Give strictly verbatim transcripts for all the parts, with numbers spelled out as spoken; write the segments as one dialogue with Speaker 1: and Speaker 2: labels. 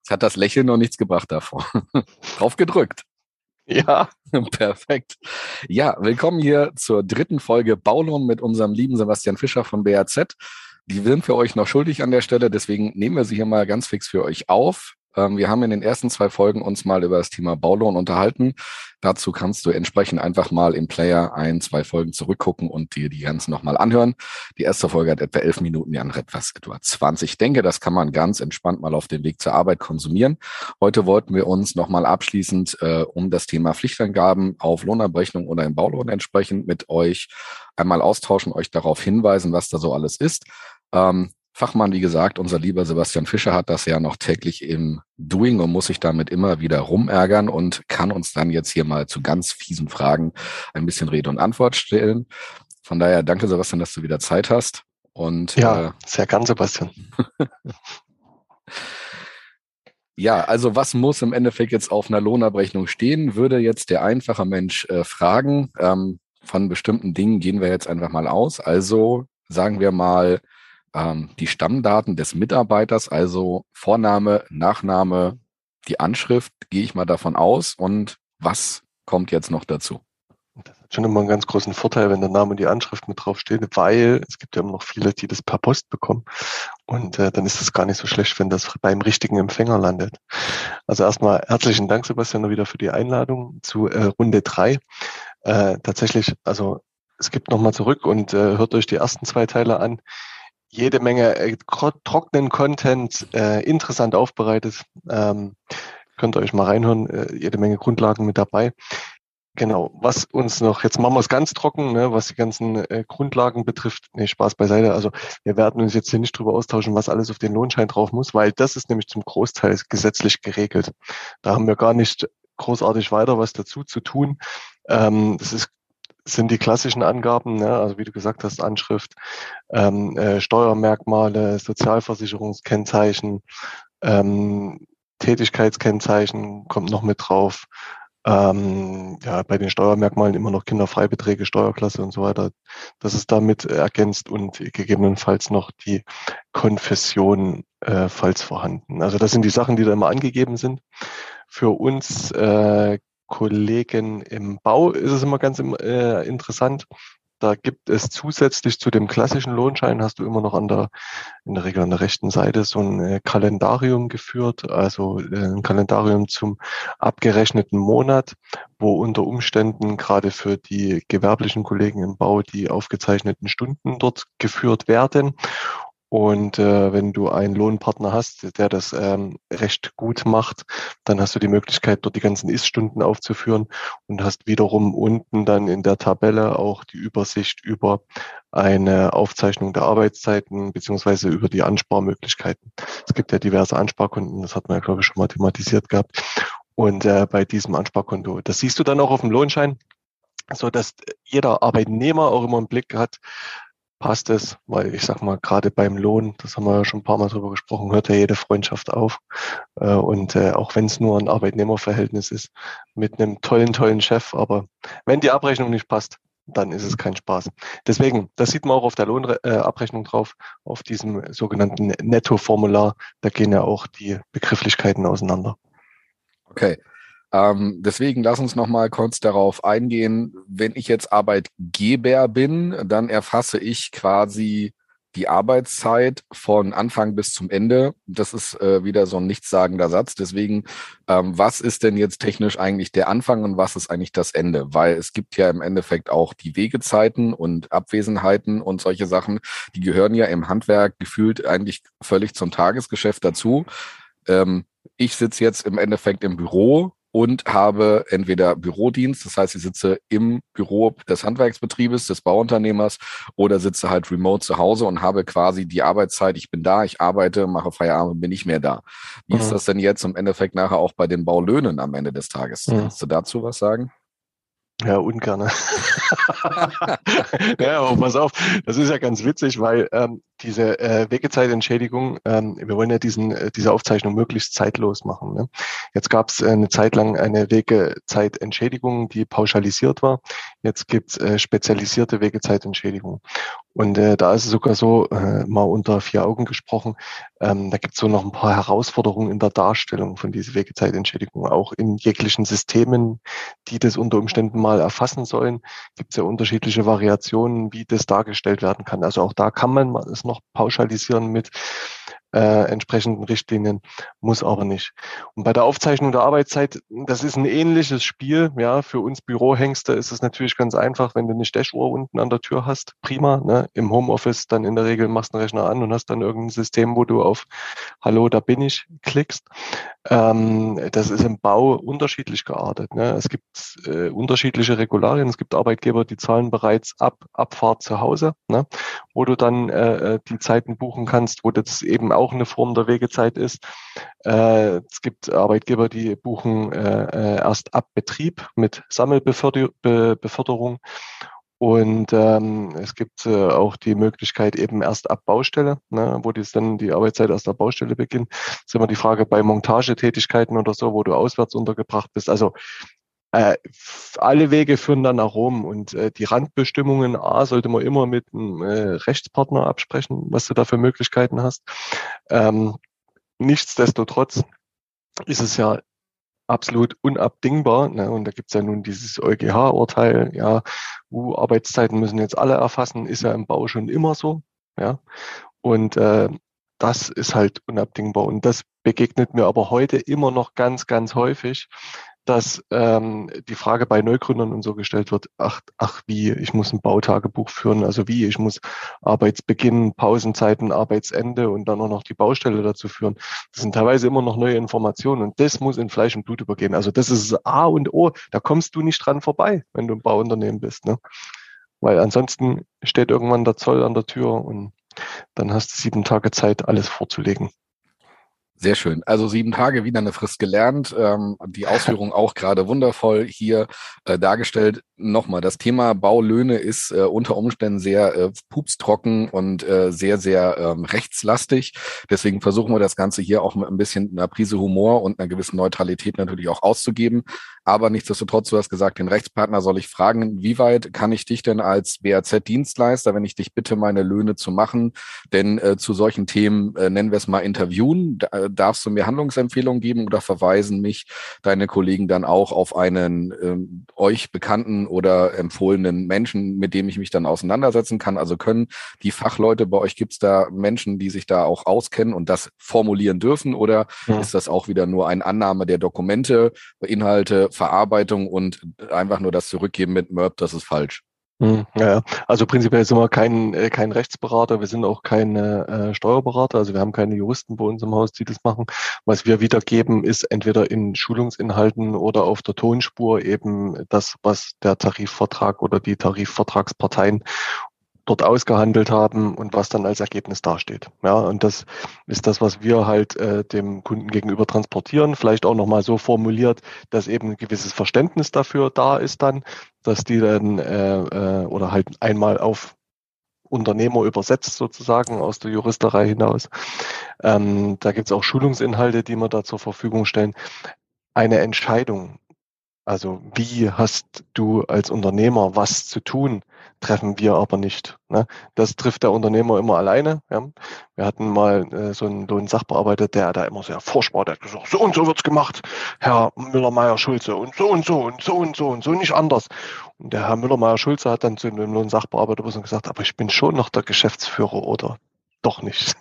Speaker 1: Es hat das Lächeln noch nichts gebracht davor. Drauf gedrückt.
Speaker 2: Ja.
Speaker 1: Perfekt. Ja, willkommen hier zur dritten Folge Baulohn mit unserem lieben Sebastian Fischer von B A Z. Die sind für euch noch schuldig an der Stelle, deswegen nehmen wir sie hier mal ganz fix für euch auf. Ähm, wir haben in den ersten zwei Folgen uns mal über das Thema Baulohn unterhalten. Dazu kannst du entsprechend einfach mal im Player ein, zwei Folgen zurückgucken und dir die ganzen nochmal anhören. Die erste Folge hat etwa elf Minuten, die andere etwas etwa zwanzig. Ich denke, das kann man ganz entspannt mal auf dem Weg zur Arbeit konsumieren. Heute wollten wir uns nochmal abschließend äh, um das Thema Pflichtangaben auf Lohnabrechnung oder im Baulohn entsprechend mit euch einmal austauschen, euch darauf hinweisen, was da so alles ist. Ähm, Fachmann, wie gesagt, unser lieber Sebastian Fischer hat das ja noch täglich im Doing und muss sich damit immer wieder rumärgern und kann uns dann jetzt hier mal zu ganz fiesen Fragen ein bisschen Rede und Antwort stellen. Von daher danke, Sebastian, dass du wieder Zeit hast. Und
Speaker 2: Ja,
Speaker 1: äh,
Speaker 2: sehr gern, Sebastian.
Speaker 1: Ja, also was muss im Endeffekt jetzt auf einer Lohnabrechnung stehen, würde jetzt der einfache Mensch äh, fragen. Ähm, von bestimmten Dingen gehen wir jetzt einfach mal aus. Also sagen wir mal ähm, die Stammdaten des Mitarbeiters, also Vorname, Nachname, die Anschrift, gehe ich mal davon aus. Und was kommt jetzt noch dazu?
Speaker 2: Das hat schon immer einen ganz großen Vorteil, wenn der Name und die Anschrift mit draufstehen, weil es gibt ja immer noch viele, die das per Post bekommen. Und äh, dann ist es gar nicht so schlecht, wenn das beim richtigen Empfänger landet. Also erstmal herzlichen Dank, Sebastian, wieder für die Einladung zu äh, Runde drei. Äh, tatsächlich, also es gibt nochmal zurück und äh, hört euch die ersten zwei Teile an. Jede Menge äh, trockenen Content, äh, interessant aufbereitet. Ähm, könnt ihr euch mal reinhören, äh, jede Menge Grundlagen mit dabei. Genau, was uns noch, jetzt machen wir es ganz trocken, ne, was die ganzen äh, Grundlagen betrifft. Nee, Spaß beiseite. Also wir werden uns jetzt hier nicht drüber austauschen, was alles auf den Lohnschein drauf muss, weil das ist nämlich zum Großteil gesetzlich geregelt. Da haben wir gar nicht großartig weiter was dazu zu tun. Ähm, das ist sind die klassischen Angaben, ne? Also wie du gesagt hast, Anschrift, ähm, äh, Steuermerkmale, Sozialversicherungskennzeichen, ähm, Tätigkeitskennzeichen kommt noch mit drauf. Ähm, ja, bei den Steuermerkmalen immer noch Kinderfreibeträge, Steuerklasse und so weiter. Das ist damit ergänzt und gegebenenfalls noch die Konfession, äh, falls vorhanden. Also das sind die Sachen, die da immer angegeben sind. Für uns äh, Kollegen im Bau ist es immer ganz äh, interessant. Da gibt es zusätzlich zu dem klassischen Lohnschein, hast du immer noch an der, in der Regel an der rechten Seite so ein äh, Kalendarium geführt, also äh, ein Kalendarium zum abgerechneten Monat, wo unter Umständen gerade für die gewerblichen Kollegen im Bau die aufgezeichneten Stunden dort geführt werden. Und äh, wenn du einen Lohnpartner hast, der das ähm, recht gut macht, dann hast du die Möglichkeit, dort die ganzen Ist-Stunden aufzuführen und hast wiederum unten dann in der Tabelle auch die Übersicht über eine Aufzeichnung der Arbeitszeiten beziehungsweise über die Ansparmöglichkeiten. Es gibt ja diverse Ansparkonten, das hat man ja, glaube ich, schon mal thematisiert gehabt. Und äh, bei diesem Ansparkonto, das siehst du dann auch auf dem Lohnschein, so dass jeder Arbeitnehmer auch immer einen Blick hat, passt es, weil ich sag mal, gerade beim Lohn, das haben wir ja schon ein paar Mal drüber gesprochen, hört ja jede Freundschaft auf. Äh, und äh, auch wenn es nur ein Arbeitnehmerverhältnis ist, mit einem tollen, tollen Chef, aber wenn die Abrechnung nicht passt, dann ist es kein Spaß. Deswegen, das sieht man auch auf der Lohnabrechnung drauf, auf diesem sogenannten Netto-Formular, da gehen ja auch die Begrifflichkeiten auseinander.
Speaker 1: Okay. Ähm, deswegen lass uns noch mal kurz darauf eingehen. Wenn ich jetzt Arbeitgeber bin, dann erfasse ich quasi die Arbeitszeit von Anfang bis zum Ende. Das ist äh, wieder so ein nichtssagender Satz. Deswegen, ähm, was ist denn jetzt technisch eigentlich der Anfang und was ist eigentlich das Ende? Weil es gibt ja im Endeffekt auch die Wegezeiten und Abwesenheiten und solche Sachen, die gehören ja im Handwerk gefühlt eigentlich völlig zum Tagesgeschäft dazu. Ähm, ich sitze jetzt im Endeffekt im Büro und habe entweder Bürodienst, das heißt, ich sitze im Büro des Handwerksbetriebes, des Bauunternehmers oder sitze halt remote zu Hause und habe quasi die Arbeitszeit, ich bin da, ich arbeite, mache Feierabend, bin nicht mehr da. Wie ist
Speaker 2: Mhm.
Speaker 1: das denn jetzt im Endeffekt nachher auch bei den Baulöhnen am Ende des Tages?
Speaker 2: Mhm.
Speaker 1: Kannst du dazu was sagen?
Speaker 2: Ja, ungerne. Ja, aber pass auf, das ist ja ganz witzig, weil ähm, diese äh, Wegezeitentschädigung, ähm, wir wollen ja diesen, äh, diese Aufzeichnung möglichst zeitlos machen. Ne? Jetzt gab es äh, eine Zeit lang eine Wegezeitentschädigung, die pauschalisiert war. Jetzt gibt's äh, spezialisierte Wegezeitentschädigung. Und äh, da ist es sogar so, äh, mal unter vier Augen gesprochen, ähm, da gibt es so noch ein paar Herausforderungen in der Darstellung von dieser Wegezeitentschädigung. Auch in jeglichen Systemen, die das unter Umständen mal erfassen sollen, gibt es ja unterschiedliche Variationen, wie das dargestellt werden kann. Also auch da kann man es noch pauschalisieren mit äh, entsprechenden Richtlinien, muss aber nicht. Und bei der Aufzeichnung der Arbeitszeit, das ist ein ähnliches Spiel. Ja, für uns Bürohengste ist es natürlich ganz einfach, wenn du eine Stechuhr unten an der Tür hast, prima. Ne? Im Homeoffice dann in der Regel machst du einen Rechner an und hast dann irgendein System, wo du auf Hallo, da bin ich klickst. Ähm, das ist im Bau unterschiedlich geartet. Ne? Es gibt äh, unterschiedliche Regularien. Es gibt Arbeitgeber, die zahlen bereits ab Abfahrt zu Hause, ne? Wo du dann äh, die Zeiten buchen kannst, wo das eben auch eine Form der Wegezeit ist. Äh, es gibt Arbeitgeber, die buchen äh, äh, erst ab Betrieb mit Sammelbeförderung. Und ähm, es gibt äh, auch die Möglichkeit eben erst ab Baustelle, ne, wo das dann die Arbeitszeit erst ab Baustelle beginnt. Das ist immer die Frage bei Montagetätigkeiten oder so, wo du auswärts untergebracht bist. Also äh, alle Wege führen dann nach Rom und äh, die Randbestimmungen, A, sollte man immer mit einem äh, Rechtspartner absprechen, was du da für Möglichkeiten hast. Ähm, nichtsdestotrotz ist es ja absolut unabdingbar. Ne? Und da gibt's ja nun dieses EuGH-Urteil, ja, uh, Arbeitszeiten müssen jetzt alle erfassen, ist ja im Bau schon immer so. Ja. Und äh, das ist halt unabdingbar. Und das begegnet mir aber heute immer noch ganz, ganz häufig, dass ähm, die Frage bei Neugründern und so gestellt wird, ach, ach wie, ich muss ein Bautagebuch führen, also wie, ich muss Arbeitsbeginn, Pausenzeiten, Arbeitsende und dann auch noch die Baustelle dazu führen. Das sind teilweise immer noch neue Informationen und das muss in Fleisch und Blut übergehen. Also das ist A und O, da kommst du nicht dran vorbei, wenn du ein Bauunternehmen bist, ne? Weil ansonsten steht irgendwann der Zoll an der Tür und dann hast du sieben Tage Zeit, alles vorzulegen.
Speaker 1: Sehr schön. Also sieben Tage, wieder eine Frist gelernt. Ähm, die Ausführung auch gerade wundervoll hier äh, dargestellt. Nochmal, das Thema Baulöhne ist äh, unter Umständen sehr äh, pupstrocken und äh, sehr, sehr ähm, rechtslastig. Deswegen versuchen wir das Ganze hier auch mit ein bisschen einer Prise Humor und einer gewissen Neutralität natürlich auch auszugeben. Aber nichtsdestotrotz, du hast gesagt, den Rechtspartner soll ich fragen, wie weit kann ich dich denn als B A Z-Dienstleister, wenn ich dich bitte, meine Löhne zu machen, denn äh, zu solchen Themen, äh, nennen wir es mal, interviewen, da, darfst du mir Handlungsempfehlungen geben oder verweisen mich deine Kollegen dann auch auf einen ähm, euch bekannten oder empfohlenen Menschen, mit dem ich mich dann auseinandersetzen kann? Also können die Fachleute, bei euch gibt es da Menschen, die sich da auch auskennen und das formulieren dürfen, oder
Speaker 2: Ja.
Speaker 1: ist das auch wieder nur eine Annahme der Dokumente, Inhalte, Verarbeitung und einfach nur das Zurückgeben mit M E R B, das ist falsch?
Speaker 2: Ja, ja. Also prinzipiell sind wir kein, äh, kein Rechtsberater, wir sind auch keine äh, Steuerberater, also wir haben keine Juristen bei uns im Haus, die das machen. Was wir wiedergeben, ist entweder in Schulungsinhalten oder auf der Tonspur eben das, was der Tarifvertrag oder die Tarifvertragsparteien dort ausgehandelt haben und was dann als Ergebnis dasteht. Ja, und das ist das, was wir halt äh, dem Kunden gegenüber transportieren, vielleicht auch nochmal so formuliert, dass eben ein gewisses Verständnis dafür da ist dann, dass die dann äh, äh, oder halt einmal auf Unternehmer übersetzt sozusagen aus der Juristerei hinaus. Ähm, da gibt es auch Schulungsinhalte, die wir da zur Verfügung stellen. Eine Entscheidung, also wie hast du als Unternehmer was zu tun, treffen wir aber nicht. Ne? Das trifft der Unternehmer immer alleine. Ja? Wir hatten mal äh, so einen Lohnsachbearbeiter, der da immer sehr forsch war, der hat gesagt, so und so wird's gemacht, Herr Müller-Meyer-Schulze, und so und so und so und so und so, nicht anders. Und der Herr Müller-Meyer-Schulze hat dann zu dem Lohnsachbearbeiter gesagt, aber ich bin schon noch der Geschäftsführer oder doch nicht.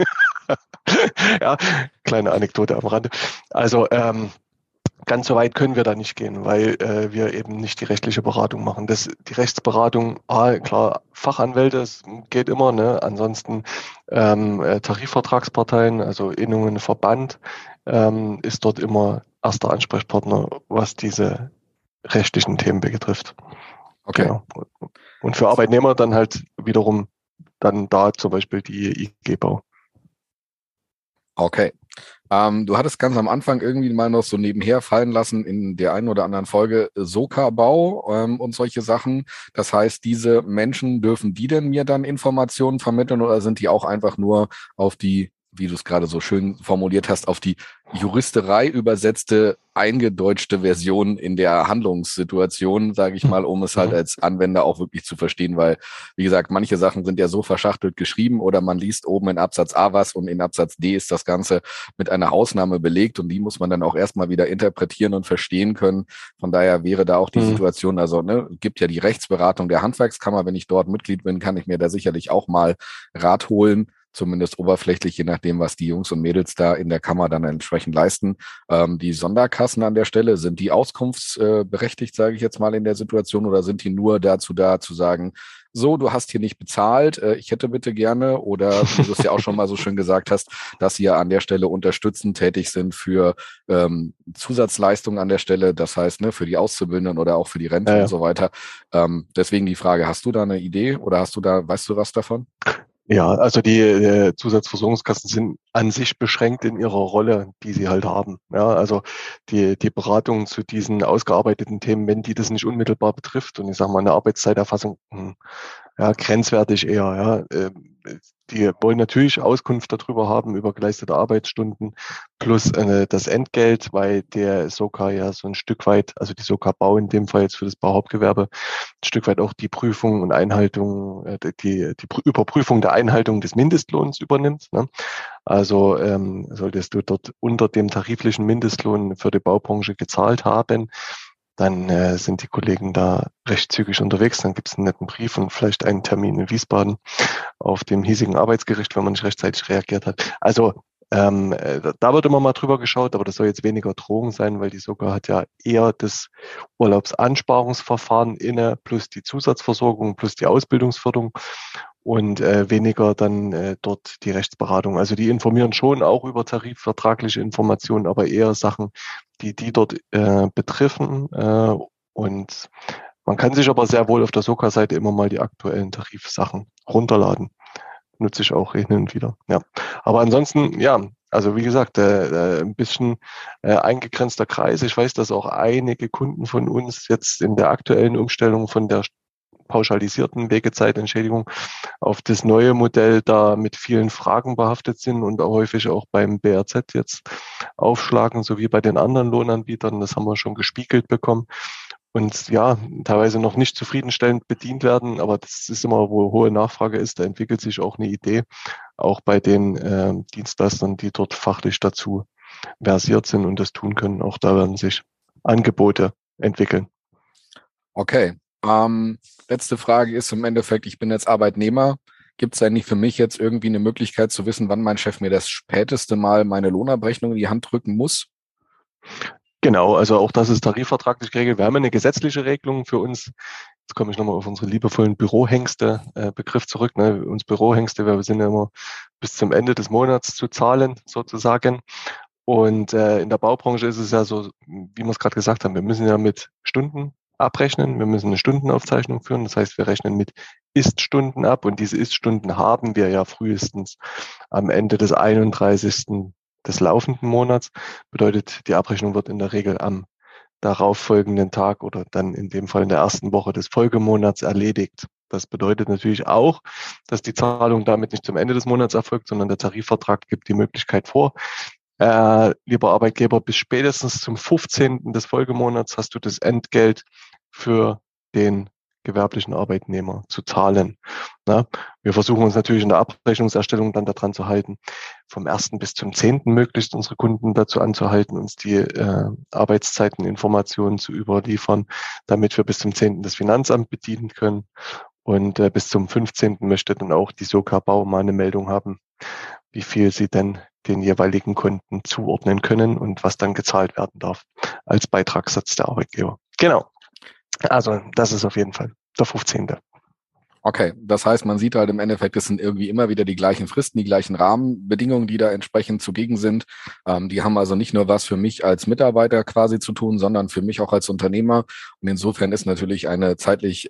Speaker 2: Ja, kleine Anekdote am Rande. Also ähm, ganz so weit können wir da nicht gehen, weil äh, wir eben nicht die rechtliche Beratung machen. Das, die Rechtsberatung, ah, klar, Fachanwälte, es geht immer, ne? Ansonsten ähm, äh, Tarifvertragsparteien, also Innungen, Verband, ähm, ist dort immer erster Ansprechpartner, was diese rechtlichen Themen betrifft.
Speaker 1: Okay.
Speaker 2: Genau. Und für Arbeitnehmer dann halt wiederum dann da zum Beispiel die I G-Bau.
Speaker 1: Okay. Ähm, du hattest ganz am Anfang irgendwie mal noch so nebenher fallen lassen in der einen oder anderen Folge Soka-Bau ähm, und solche Sachen. Das heißt, diese Menschen, dürfen die denn mir dann Informationen vermitteln oder sind die auch einfach nur auf die wie du es gerade so schön formuliert hast, auf die Juristerei übersetzte, eingedeutschte Version in der Handlungssituation, sage ich mal, um es halt als Anwender auch wirklich zu verstehen, weil, wie gesagt, manche Sachen sind ja so verschachtelt geschrieben oder man liest oben in Absatz A was und in Absatz D ist das Ganze mit einer Ausnahme belegt und die muss man dann auch erstmal wieder interpretieren und verstehen können. Von daher wäre da auch die mhm. Situation, also ne, gibt ja die Rechtsberatung der Handwerkskammer, wenn ich dort Mitglied bin, kann ich mir da sicherlich auch mal Rat holen, zumindest oberflächlich, je nachdem, was die Jungs und Mädels da in der Kammer dann entsprechend leisten. Ähm, die Sonderkassen an der Stelle, sind die auskunftsberechtigt, sage ich jetzt mal in der Situation, oder sind die nur dazu da, zu sagen, so, du hast hier nicht bezahlt, äh, ich hätte bitte gerne, oder wie du es ja auch schon mal so schön gesagt hast, dass sie ja an der Stelle unterstützend tätig sind für ähm, Zusatzleistungen an der Stelle, das heißt, ne, für die Auszubildenden oder auch für die Rente ja, ja. und so weiter. Ähm, deswegen die Frage, hast du da eine Idee oder hast du da, weißt du was davon?
Speaker 2: Ja, also die äh, Zusatzversorgungskassen sind an sich beschränkt in ihrer Rolle, die sie halt haben. Ja, also die die Beratung zu diesen ausgearbeiteten Themen, wenn die das nicht unmittelbar betrifft und ich sage mal eine Arbeitszeiterfassung, hm, ja, grenzwertig eher. Ja, äh, die wollen natürlich Auskunft darüber haben, über geleistete Arbeitsstunden plus äh, das Entgelt, weil der Soka ja so ein Stück weit, also die Soka Bau in dem Fall jetzt für das Bauhauptgewerbe, ein Stück weit auch die Prüfung und Einhaltung, äh, die, die Überprüfung der Einhaltung des Mindestlohns übernimmt. Ne? Also ähm, solltest du dort unter dem tariflichen Mindestlohn für die Baubranche gezahlt haben, dann äh, sind die Kollegen da recht zügig unterwegs. Dann gibt es einen netten Brief und vielleicht einen Termin in Wiesbaden auf dem hiesigen Arbeitsgericht, wenn man nicht rechtzeitig reagiert hat. Also ähm, da wird immer mal drüber geschaut, aber das soll jetzt weniger Drohung sein, weil die Soga hat ja eher das Urlaubsansparungsverfahren inne, plus die Zusatzversorgung, plus die Ausbildungsförderung und äh, weniger dann äh, dort die Rechtsberatung. Also die informieren schon auch über tarifvertragliche Informationen, aber eher Sachen, die die dort äh, betreffen. Äh, und man kann sich aber sehr wohl auf der Soka-Seite immer mal die aktuellen Tarifsachen runterladen. Nutze ich auch hin und wieder. Ja, aber ansonsten, ja, also wie gesagt, äh, äh, ein bisschen äh, eingegrenzter Kreis. Ich weiß, dass auch einige Kunden von uns jetzt in der aktuellen Umstellung von der pauschalisierten Wegezeitentschädigung auf das neue Modell da mit vielen Fragen behaftet sind und auch häufig auch beim B R Z jetzt aufschlagen, so wie bei den anderen Lohnanbietern. Das haben wir schon gespiegelt bekommen. Und ja, teilweise noch nicht zufriedenstellend bedient werden, aber das ist immer, wo hohe Nachfrage ist, da entwickelt sich auch eine Idee, auch bei den äh, Dienstleistern, die dort fachlich dazu versiert sind und das tun können. Auch da werden sich Angebote entwickeln.
Speaker 1: Okay. Ähm, letzte Frage ist im Endeffekt, ich bin jetzt Arbeitnehmer. Gibt es eigentlich für mich jetzt irgendwie eine Möglichkeit zu wissen, wann mein Chef mir das späteste Mal meine Lohnabrechnung in die Hand drücken muss?
Speaker 2: Genau, also auch das ist tarifvertraglich geregelt. Wir haben eine gesetzliche Regelung für uns. Jetzt komme ich nochmal auf unsere liebevollen Bürohengste-Begriff zurück. Ne? Uns Bürohengste, wir sind ja immer bis zum Ende des Monats zu zahlen, sozusagen. Und äh, in der Baubranche ist es ja so, wie wir es gerade gesagt haben, wir müssen ja mit Stunden abrechnen. Wir müssen eine Stundenaufzeichnung führen. Das heißt, wir rechnen mit Ist-Stunden ab und diese Ist-Stunden haben wir ja frühestens am Ende des einunddreißigsten des laufenden Monats. Bedeutet, die Abrechnung wird in der Regel am darauffolgenden Tag oder dann in dem Fall in der ersten Woche des Folgemonats erledigt. Das bedeutet natürlich auch, dass die Zahlung damit nicht zum Ende des Monats erfolgt, sondern der Tarifvertrag gibt die Möglichkeit vor, Äh, lieber Arbeitgeber, bis spätestens zum fünfzehnten des Folgemonats hast du das Entgelt für den gewerblichen Arbeitnehmer zu zahlen. Na, wir versuchen uns natürlich in der Abrechnungserstellung dann daran zu halten, vom ersten bis zum zehnten möglichst unsere Kunden dazu anzuhalten, uns die äh, Arbeitszeiteninformationen zu überliefern, damit wir bis zum zehnten das Finanzamt bedienen können. Und äh, bis zum fünfzehnten möchte dann auch die Soka Bau mal eine Meldung haben, wie viel sie denn den jeweiligen Kunden zuordnen können und was dann gezahlt werden darf als Beitragssatz der Arbeitgeber. Genau. Also das ist auf jeden Fall der fünfzehnte.
Speaker 1: Okay, das heißt, man sieht halt im Endeffekt, es sind irgendwie immer wieder die gleichen Fristen, die gleichen Rahmenbedingungen, die da entsprechend zugegen sind. Ähm, die haben also nicht nur was für mich als Mitarbeiter quasi zu tun, sondern für mich auch als Unternehmer. Und insofern ist natürlich eine zeitlich äh,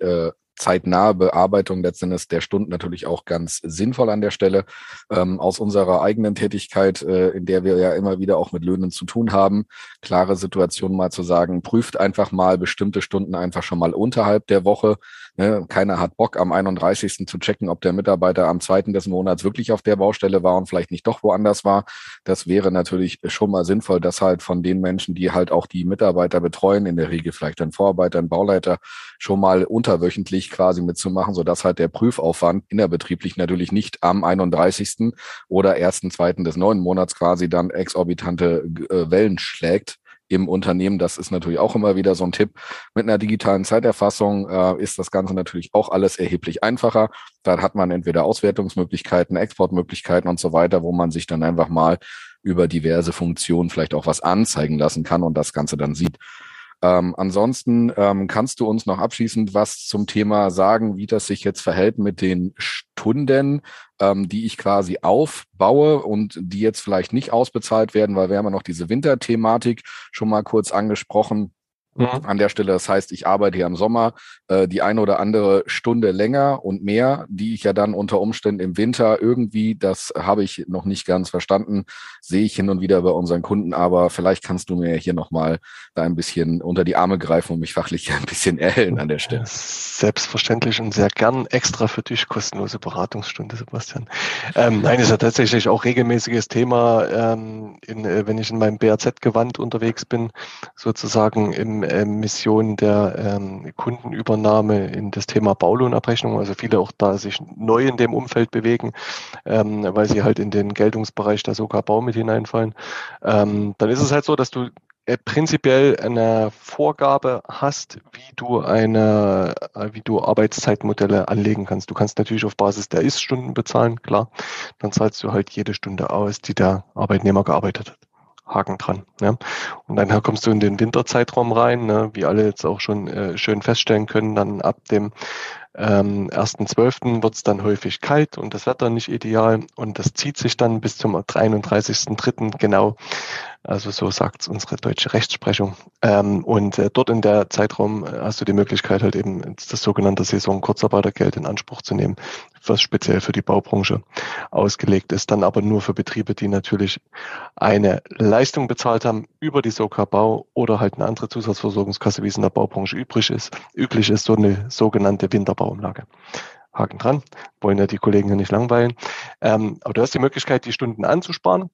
Speaker 1: zeitnahe Bearbeitung letztendlich der Stunden natürlich auch ganz sinnvoll an der Stelle. Ähm, aus unserer eigenen Tätigkeit, äh, in der wir ja immer wieder auch mit Löhnen zu tun haben, klare Situation mal zu sagen, prüft einfach mal bestimmte Stunden einfach schon mal unterhalb der Woche. Ne? Keiner hat Bock, am einunddreißigsten zu checken, ob der Mitarbeiter am zweiten des Monats wirklich auf der Baustelle war und vielleicht nicht doch woanders war. Das wäre natürlich schon mal sinnvoll, dass halt von den Menschen, die halt auch die Mitarbeiter betreuen, in der Regel vielleicht ein Vorarbeiter, ein Bauleiter, schon mal unterwöchentlich quasi mitzumachen, sodass halt der Prüfaufwand innerbetrieblich natürlich nicht am einunddreißigsten oder ersten, zweiten des neuen Monats quasi dann exorbitante äh, Wellen schlägt im Unternehmen. Das ist natürlich auch immer wieder so ein Tipp. Mit einer digitalen Zeiterfassung äh, ist das Ganze natürlich auch alles erheblich einfacher. Da hat man entweder Auswertungsmöglichkeiten, Exportmöglichkeiten und so weiter, wo man sich dann einfach mal über diverse Funktionen vielleicht auch was anzeigen lassen kann und das Ganze dann sieht. Ähm, ansonsten ähm, kannst du uns noch abschließend was zum Thema sagen, wie das sich jetzt verhält mit den Stunden, ähm, die ich quasi aufbaue und die jetzt vielleicht nicht ausbezahlt werden, weil wir haben ja noch diese Winterthematik schon mal kurz angesprochen. Mhm. An der Stelle, das heißt, ich arbeite hier im Sommer äh, die eine oder andere Stunde länger und mehr, die ich ja dann unter Umständen im Winter irgendwie, das habe ich noch nicht ganz verstanden, sehe ich hin und wieder bei unseren Kunden, aber vielleicht kannst du mir hier nochmal da ein bisschen unter die Arme greifen und mich fachlich ein bisschen erhellen an der Stelle.
Speaker 2: Selbstverständlich und sehr gern extra für dich kostenlose Beratungsstunde, Sebastian. Ähm, nein, ist ja tatsächlich auch regelmäßiges Thema, ähm, in, äh, wenn ich in meinem B A Z-Gewand unterwegs bin, sozusagen im äh, Mission der ähm, Kundenübernahme in das Thema Baulohnabrechnung. Also viele auch da sich neu in dem Umfeld bewegen, ähm, weil sie halt in den Geltungsbereich der Soga Bau mit hineinfallen. Ähm, dann ist es halt so, dass du äh, prinzipiell eine Vorgabe hast, wie du eine, äh, wie du Arbeitszeitmodelle anlegen kannst. Du kannst natürlich auf Basis der Ist-Stunden bezahlen, klar. Dann zahlst du halt jede Stunde aus, die der Arbeitnehmer gearbeitet hat. Haken dran. Ja. Und dann kommst du in den Winterzeitraum rein, ne, wie alle jetzt auch schon äh, schön feststellen können, dann ab dem ähm, ersten zwölften wird es dann häufig kalt und das Wetter nicht ideal und das zieht sich dann bis zum einunddreißigsten dritten genau. Also so sagt es unsere deutsche Rechtsprechung. Ähm, und äh, dort in der Zeitraum äh, hast du die Möglichkeit, halt eben das sogenannte Saison-Kurzarbeitergeld in Anspruch zu nehmen, was speziell für die Baubranche ausgelegt ist. Dann aber nur für Betriebe, die natürlich eine Leistung bezahlt haben über die Soga Bau oder halt eine andere Zusatzversorgungskasse, wie es in der Baubranche übrig ist, üblich ist, so eine sogenannte Winterbauumlage. Haken dran, wollen ja die Kollegen ja nicht langweilen. Ähm, aber du hast die Möglichkeit, die Stunden anzusparen.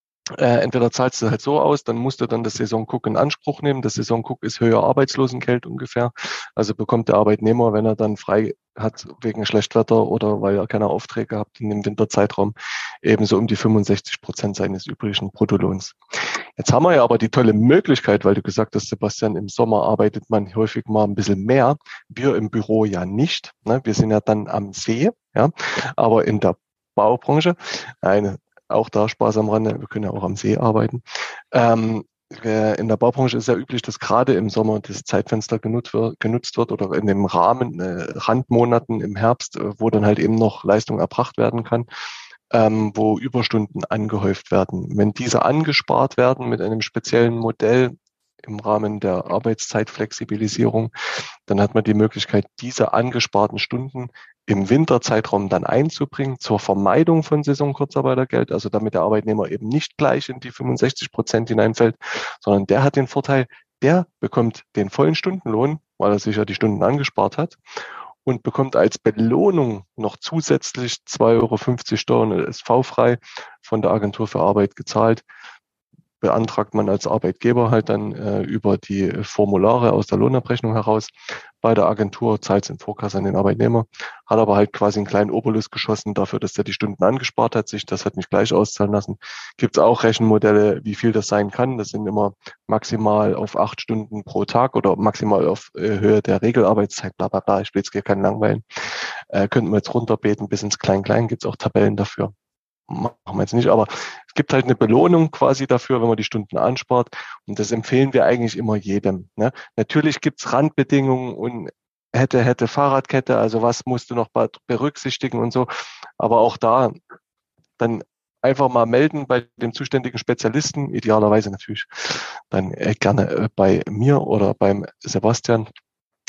Speaker 2: Äh, entweder zahlst du halt so aus, dann musst du dann das Saisoncook in Anspruch nehmen. Das Saisoncook ist höher Arbeitslosengeld ungefähr. Also bekommt der Arbeitnehmer, wenn er dann frei hat wegen Schlechtwetter oder weil er keine Aufträge hat in dem Winterzeitraum, ebenso um die fünfundsechzig Prozent seines übrigen Bruttolohns. Jetzt haben wir ja aber die tolle Möglichkeit, weil du gesagt hast, Sebastian, im Sommer arbeitet man häufig mal ein bisschen mehr. Wir im Büro ja nicht. Ne? Wir sind ja dann am See, ja, aber in der Baubranche eine auch da Spaß am Rande, wir können ja auch am See arbeiten. Ähm, in der Baubranche ist ja üblich, dass gerade im Sommer das Zeitfenster genutzt wird, genutzt wird oder in dem Rahmen, äh, Randmonaten im Herbst, äh, wo dann halt eben noch Leistung erbracht werden kann, ähm, wo Überstunden angehäuft werden. Wenn diese angespart werden mit einem speziellen Modell im Rahmen der Arbeitszeitflexibilisierung, dann hat man die Möglichkeit, diese angesparten Stunden im Winterzeitraum dann einzubringen zur Vermeidung von Saisonkurzarbeitergeld, also damit der Arbeitnehmer eben nicht gleich in die fünfundsechzig Prozent hineinfällt, sondern der hat den Vorteil, der bekommt den vollen Stundenlohn, weil er sich ja die Stunden angespart hat und bekommt als Belohnung noch zusätzlich zwei Euro fünfzig Steuern S V-frei von der Agentur für Arbeit gezahlt. Beantragt man als Arbeitgeber halt dann äh, über die Formulare aus der Lohnabrechnung heraus bei der Agentur, zahlt es in Vorkasse an den Arbeitnehmer, hat aber halt quasi einen kleinen Obolus geschossen dafür, dass er die Stunden angespart hat, sich das hat nicht gleich auszahlen lassen. Gibt es auch Rechenmodelle, wie viel das sein kann. Das sind immer maximal auf acht Stunden pro Tag oder maximal auf äh, Höhe der Regelarbeitszeit, bla bla bla, ich will jetzt hier keinen langweilen. Äh, könnten wir jetzt runterbeten bis ins Klein-Klein, gibt es auch Tabellen dafür. Machen wir jetzt nicht, aber es gibt halt eine Belohnung quasi dafür, wenn man die Stunden anspart. Und das empfehlen wir eigentlich immer jedem. Ne? Natürlich gibt's Randbedingungen und hätte, hätte Fahrradkette, also was musst du noch berücksichtigen und so. Aber auch da dann einfach mal melden bei dem zuständigen Spezialisten, idealerweise natürlich dann gerne bei mir oder beim Sebastian.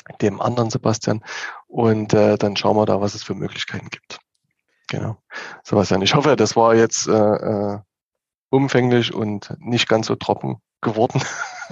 Speaker 2: dem anderen Sebastian. Und äh, dann schauen wir da, was es für Möglichkeiten gibt. Genau. Sebastian, ich hoffe, das war jetzt äh, äh, umfänglich und nicht ganz so trocken geworden.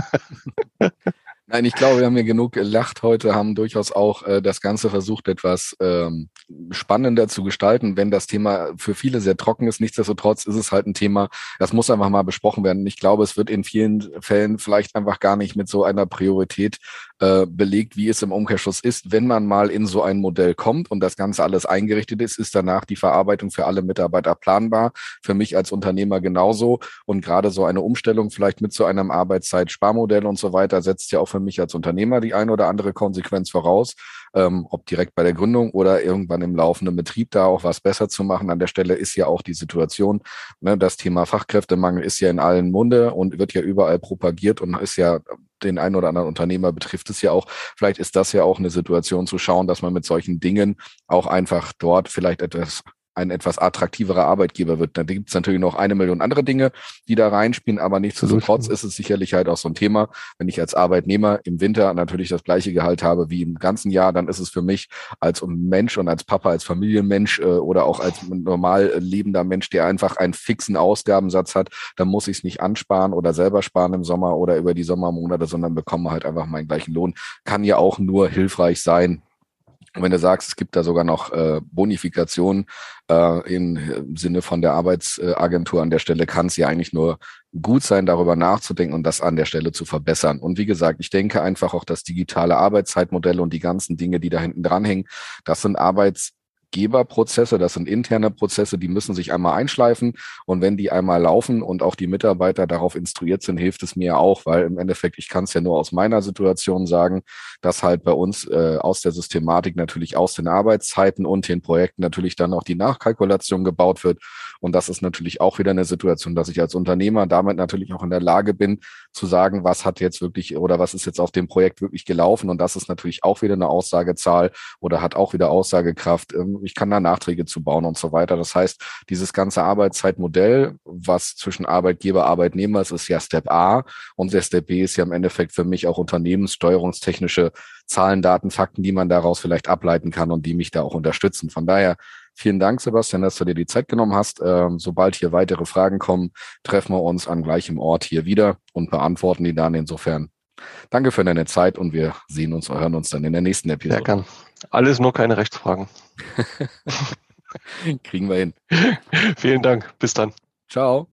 Speaker 1: Nein, ich glaube, wir haben hier genug gelacht heute, haben durchaus auch äh, das Ganze versucht, etwas ähm, spannender zu gestalten, wenn das Thema für viele sehr trocken ist. Nichtsdestotrotz ist es halt ein Thema, das muss einfach mal besprochen werden. Ich glaube, es wird in vielen Fällen vielleicht einfach gar nicht mit so einer Priorität äh, belegt, wie es im Umkehrschluss ist. Wenn man mal in so ein Modell kommt und das Ganze alles eingerichtet ist, ist danach die Verarbeitung für alle Mitarbeiter planbar. Für mich als Unternehmer genauso. Und gerade so eine Umstellung vielleicht mit so einem Arbeitszeitsparmodell und so weiter setzt ja auch für mich als Unternehmer die ein oder andere Konsequenz voraus, ähm, ob direkt bei der Gründung oder irgendwann im laufenden Betrieb da auch was besser zu machen. An der Stelle ist ja auch die Situation, ne, das Thema Fachkräftemangel ist ja in allen Munde und wird ja überall propagiert und ist ja den einen oder anderen Unternehmer betrifft es ja auch. Vielleicht ist das ja auch eine Situation zu schauen, dass man mit solchen Dingen auch einfach dort vielleicht etwas ein etwas attraktiverer Arbeitgeber wird. Da gibt es natürlich noch eine Million andere Dinge, die da reinspielen, aber nichtsdestotrotz ist es sicherlich halt auch so ein Thema. Wenn ich als Arbeitnehmer im Winter natürlich das gleiche Gehalt habe wie im ganzen Jahr, dann ist es für mich als Mensch und als Papa, als Familienmensch äh, oder auch als normal lebender Mensch, der einfach einen fixen Ausgabensatz hat, dann muss ich es nicht ansparen oder selber sparen im Sommer oder über die Sommermonate, sondern bekomme halt einfach meinen gleichen Lohn. Kann ja auch nur hilfreich sein. Und wenn du sagst, es gibt da sogar noch äh, Bonifikationen äh, im Sinne von der Arbeitsagentur an der Stelle, kann es ja eigentlich nur gut sein, darüber nachzudenken und das an der Stelle zu verbessern. Und wie gesagt, ich denke einfach auch, das digitale Arbeitszeitmodell und die ganzen Dinge, die da hinten dranhängen, das sind Arbeits Geberprozesse, das sind interne Prozesse, die müssen sich einmal einschleifen und wenn die einmal laufen und auch die Mitarbeiter darauf instruiert sind, hilft es mir auch, weil im Endeffekt, ich kann es ja nur aus meiner Situation sagen, dass halt bei uns äh, aus der Systematik natürlich aus den Arbeitszeiten und den Projekten natürlich dann auch die Nachkalkulation gebaut wird und das ist natürlich auch wieder eine Situation, dass ich als Unternehmer damit natürlich auch in der Lage bin, zu sagen, was hat jetzt wirklich oder was ist jetzt auf dem Projekt wirklich gelaufen und das ist natürlich auch wieder eine Aussagezahl oder hat auch wieder Aussagekraft. Ich kann da Nachträge zu bauen und so weiter. Das heißt, dieses ganze Arbeitszeitmodell, was zwischen Arbeitgeber, Arbeitnehmer ist, ist ja Step A und der Step B ist ja im Endeffekt für mich auch unternehmenssteuerungstechnische Zahlen, Daten, Fakten, die man daraus vielleicht ableiten kann und die mich da auch unterstützen. Von daher vielen Dank, Sebastian, dass du dir die Zeit genommen hast. Ähm, sobald hier weitere Fragen kommen, treffen wir uns an gleichem Ort hier wieder und beantworten die dann. Insofern danke für deine Zeit und wir sehen uns und hören uns dann in der nächsten Episode.
Speaker 2: Sehr gern. Alles nur keine Rechtsfragen.
Speaker 1: Kriegen wir hin.
Speaker 2: Vielen Dank. Bis dann.
Speaker 1: Ciao.